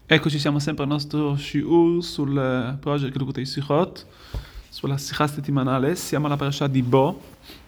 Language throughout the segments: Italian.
Eccoci, siamo sempre al nostro shiur sul project Likutei Sichot, sulla sikha settimanale. Siamo alla parasha di Bo.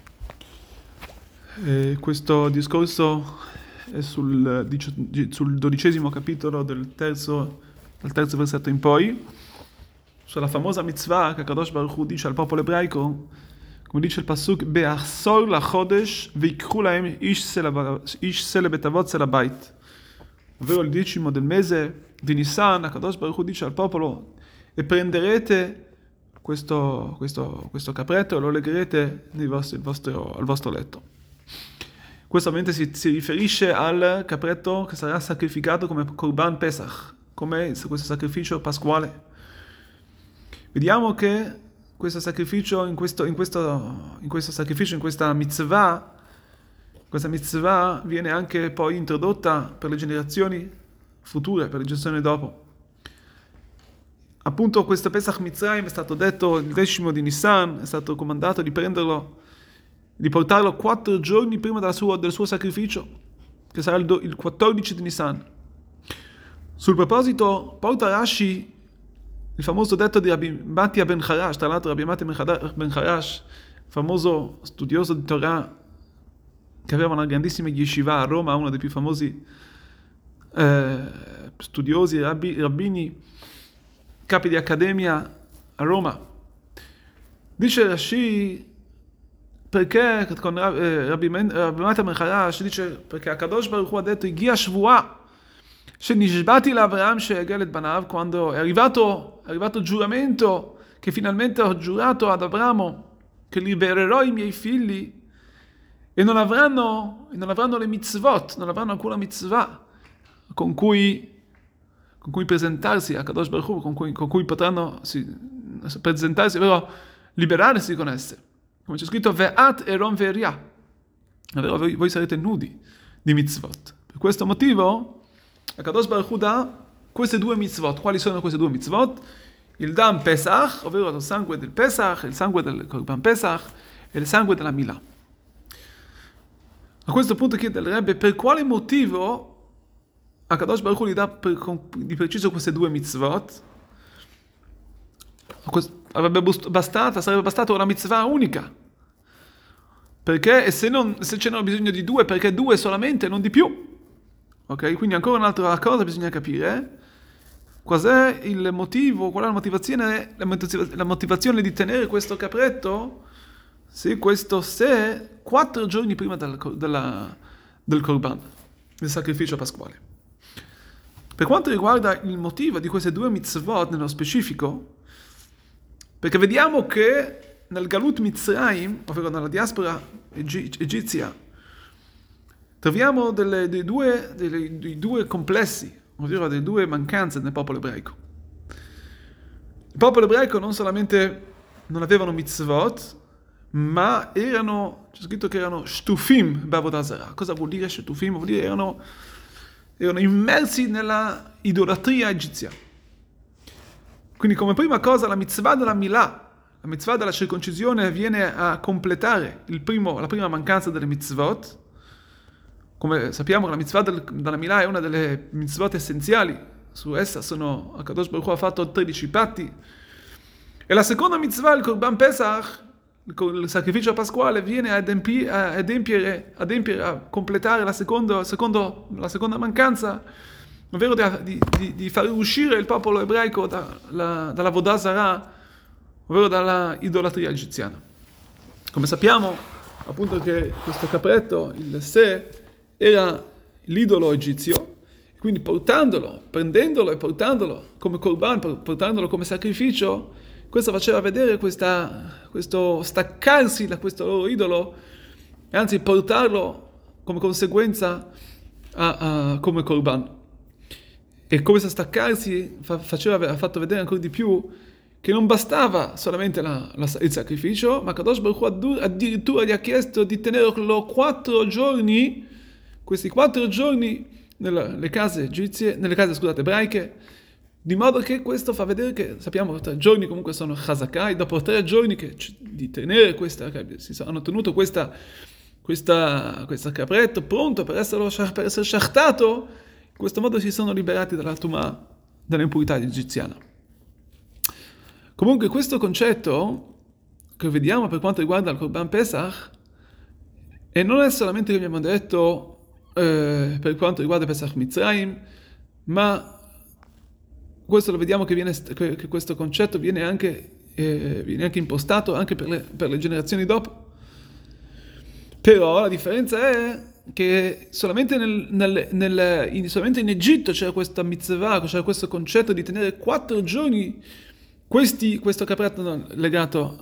Questo discorso è sul 12° capitolo dal terzo versetto in poi, sulla famosa mitzvah che Kadosh Baruch Hu dice al popolo ebraico, come dice il pasuk, Be'achsor lachodesh veikhu lahem ish sele betavot sel habayit, ovvero il 10° del mese di Nisan. Kadosh Baruch Hu dice al popolo: e prenderete questo capretto e lo legherete al vostro letto. Questo ovviamente si riferisce al capretto che sarà sacrificato come Korban Pesach, come questo sacrificio pasquale. Vediamo che questo sacrificio, in questa mitzvah viene anche poi introdotta per le generazioni future, per le generazioni dopo. Appunto questo Pesach Mitzrayim è stato detto il 10° di Nisan, è stato comandato di portarlo 4 giorni prima del suo sacrificio, che sarà il 14 di Nisan. Sul proposito porta Rashi il famoso detto di Rabbi Mattia ben Harash. Tra l'altro Rabbi Mattia ben Harash, famoso studioso di Torah, che aveva una grandissima yeshiva a Roma, uno dei più famosi studiosi, rabbini, capi di accademia a Roma. Dice Rashi, perché con Rabbi Mattia ben Harash dice, perché Akadosh Baruch Hu ha detto Igia Shvuah שנשבעתי לאברהם שיגאל את בניו, quando è arrivato il giuramento che finalmente ho giurato ad Abramo che libererò i miei figli e non avranno le mitzvot, non avranno alcuna mitzvah con cui presentarsi a Kadosh Baruch Hu, con cui potranno presentarsi, ovvero liberarsi con esse. Come c'è scritto, Ve'at eron ve'eria, ovvero voi sarete nudi di mitzvot. Per questo motivo Kadosh Baruch Hu dà queste 2 mitzvot. Quali sono queste 2 mitzvot? Il Dam Pesach, ovvero il sangue del Pesach, il sangue del Korban Pesach e il sangue della Milah. A questo punto chiede il Rebbe per quale motivo Kadosh Baruch Hu gli dà di preciso queste 2 mitzvot. Sarebbe bastato una mitzvah unica. Perché? E se c'era bisogno di 2, perché 2 solamente, non di più? Ok, quindi ancora un'altra cosa bisogna capire. Qual è la motivazione di tenere questo capretto? Se 4 giorni prima del Korban, del sacrificio pasquale. Per quanto riguarda il motivo di queste 2 mitzvot nello specifico, perché vediamo che nel Galut Mitzrayim, ovvero nella diaspora egizia, troviamo dei due complessi, ovvero delle 2 mancanze nel popolo ebraico. Il popolo ebraico non solamente non avevano mitzvot, ma c'è scritto che erano shtufim b'avodah zarah. Cosa vuol dire shtufim? Vuol dire erano immersi nella idolatria egizia. Quindi come prima cosa la mitzvah della Milah, la mitzvah della circoncisione, viene a completare la prima mancanza delle mitzvot. Come sappiamo, la mitzvah della Milah è una delle mitzvot essenziali. Su essa Kadosh Baruch Hu ha fatto 13 patti. E la seconda mitzvah, il Korban Pesach, il sacrificio pasquale, viene a completare la seconda mancanza, ovvero di far uscire il popolo ebraico dalla avodah zarah, ovvero dalla idolatria egiziana. Come sappiamo, appunto, che questo capretto, il Se, era l'idolo egizio, quindi prendendolo e portandolo come korban, portandolo come sacrificio, questo faceva vedere questo staccarsi da questo loro idolo e anzi portarlo come conseguenza come korban. E questo staccarsi ha fatto vedere ancora di più che non bastava solamente il sacrificio, ma Kadosh Baruch Hu addirittura gli ha chiesto di tenerlo 4 giorni, questi 4 giorni nelle case ebraiche, di modo che questo fa vedere che, sappiamo che 3 giorni comunque sono chazakai, dopo 3 giorni di tenere hanno tenuto questo capretto pronto per essere shachtato, in questo modo si sono liberati dalla Tumah dell'impurità egiziana. Comunque questo concetto che vediamo per quanto riguarda il Korban Pesach, e non è solamente che abbiamo detto per quanto riguarda Pesach Mitzrayim, ma questo lo vediamo che questo concetto viene anche impostato anche per le generazioni dopo. Però la differenza è che solamente solamente in Egitto c'era questa mitzvah, c'era questo concetto di tenere 4 giorni questo capretto legato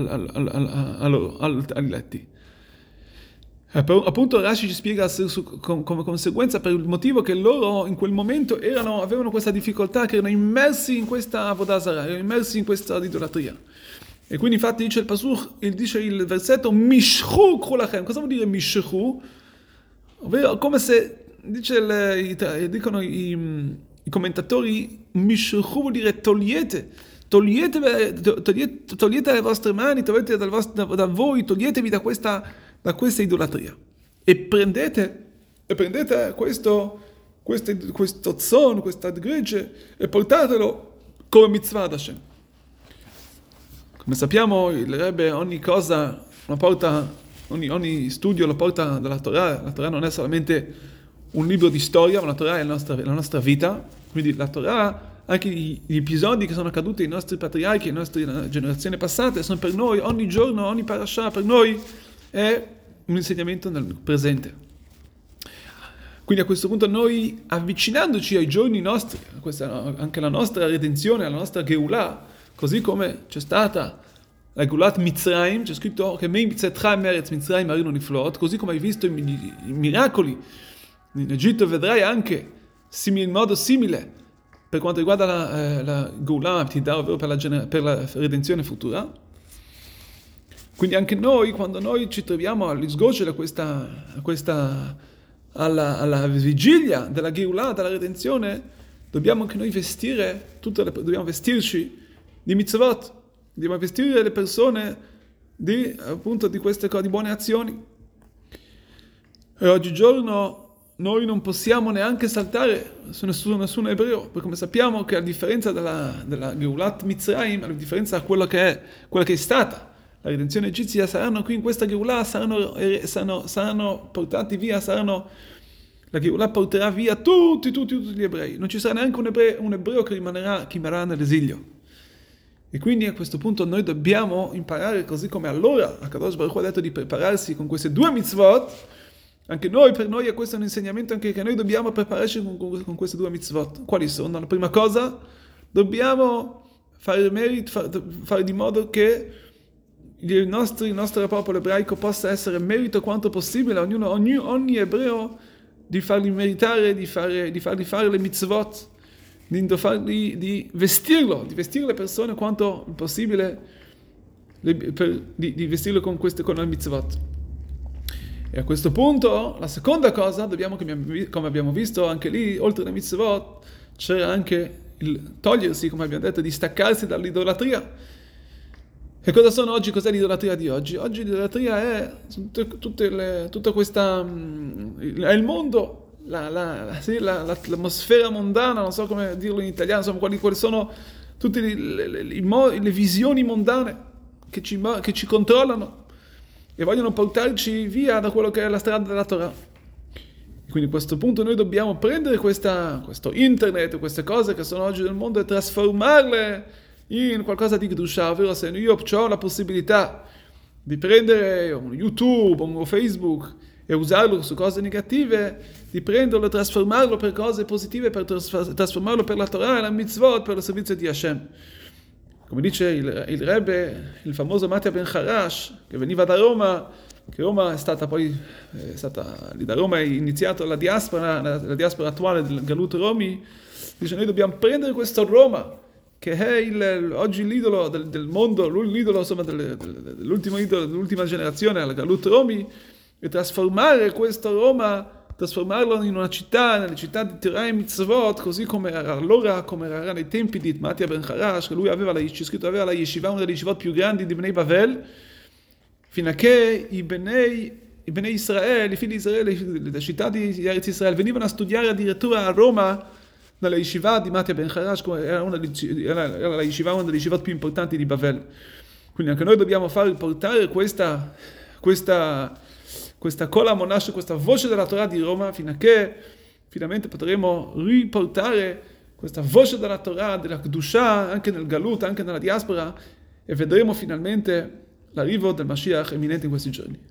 ai letti. Appunto Rashi ci spiega come conseguenza per il motivo che loro in quel momento avevano questa difficoltà, che erano immersi in questa Avodah Zarah, erano immersi in questa idolatria. E quindi infatti dice il versetto Mishchu Krulachem. Cosa vuol dire Mishchu? Ovvero come se, dicono i commentatori, Mishchu vuol dire togliete le vostre mani, togliete da voi, toglietevi da questa idolatria e prendete questo zon, questa gregge e portatelo come mitzvah ad Hashem. Come sappiamo, il Rebbe ogni cosa la porta, ogni studio lo porta dalla Torah. La Torah non è solamente un libro di storia, ma la Torah è la nostra vita. Quindi la Torah, anche gli episodi che sono accaduti ai nostri patriarchi, alle nostre generazioni passate, sono per noi, ogni giorno, ogni parasha per noi è un insegnamento nel presente. Quindi a questo punto noi, avvicinandoci ai giorni nostri, anche la nostra redenzione, la nostra Geulah, così come c'è stata la Geulat Mitzrayim, c'è scritto che Mei Zetcha Meretz Mitzrayim Arinu Niflot, così come hai visto i miracoli in Egitto, vedrai anche in modo simile per quanto riguarda la Geulah, ovvero per la redenzione futura. Quindi anche noi, quando noi ci troviamo all'isgocere alla vigilia della Geulah, della redenzione, dobbiamo anche noi dobbiamo vestirci di mitzvot, dobbiamo vestire le persone di queste cose, di buone azioni. E oggigiorno noi non possiamo neanche saltare su nessun ebreo, perché come sappiamo che a differenza della Geulat Mitzrayim, a differenza di quella che è stata la redenzione egizia, saranno qui in questa Geulah, saranno portati via, la Geulah porterà via tutti gli ebrei, non ci sarà neanche un ebreo che rimarrà nell'esilio. E quindi a questo punto noi dobbiamo imparare, così come allora Akadosh Baruch Hu ha detto di prepararsi con queste 2 mitzvot, anche per noi è questo un insegnamento anche che noi dobbiamo prepararci con queste 2 mitzvot. Quali sono? La prima cosa, dobbiamo fare di modo che il nostro popolo ebraico possa essere merito quanto possibile, ogni ebreo, di fargli meritare, di fargli fare le mitzvot, di vestirlo, di vestire le persone quanto possibile, di vestirlo con le mitzvot. E a questo punto, la seconda cosa, come abbiamo visto anche lì, oltre alle mitzvot, c'era anche il togliersi, come abbiamo detto, di staccarsi dall'idolatria. E cosa sono oggi? Cos'è l'idolatria di oggi? Oggi l'idolatria è tutta questa, è il mondo, l'atmosfera mondana, non so come dirlo in italiano, insomma, quali sono tutte le visioni mondane che ci controllano e vogliono portarci via da quello che è la strada della Torah. Quindi a questo punto noi dobbiamo prendere questo internet, queste cose che sono oggi nel mondo, e trasformarle in qualcosa di Kedusha, ovvero se io ho la possibilità di prendere un YouTube o un Facebook e usarlo su cose negative, di prenderlo e trasformarlo per cose positive, per trasformarlo per la Torah e la mitzvot, per il servizio di Hashem. Come dice il Rebbe, il famoso Mattia Ben Harash, che veniva da Roma, che Roma è stata lì da Roma è iniziata la diaspora attuale del Galut Romi, dice noi dobbiamo prendere questo Roma, che è oggi l'idolo del mondo, l'idolo insomma dell'ultima generazione, la Galut Romi, e trasformare questo Roma, trasformarlo in una città, nelle città di Torah e Mitzvot, così come era allora, come era nei tempi di Mattia Ben Harash, che lui aveva la yeshiva, una delle yeshivot più grandi di Bnei Bavel, fino a che i Bnei Israele, i figli di Israele, le città di Eretz Israele, venivano a studiare addirittura a Roma nella yeshiva di Mattia Ben Harash, era la yeshiva, una delle yeshivot più importanti di Bavel. Quindi anche noi dobbiamo far portare questa cola monash, questa voce della Torah di Roma, fino a che finalmente potremo riportare questa voce della Torah, della Kedusha, anche nel Galut, anche nella diaspora, e vedremo finalmente l'arrivo del Mashiach imminente in questi giorni.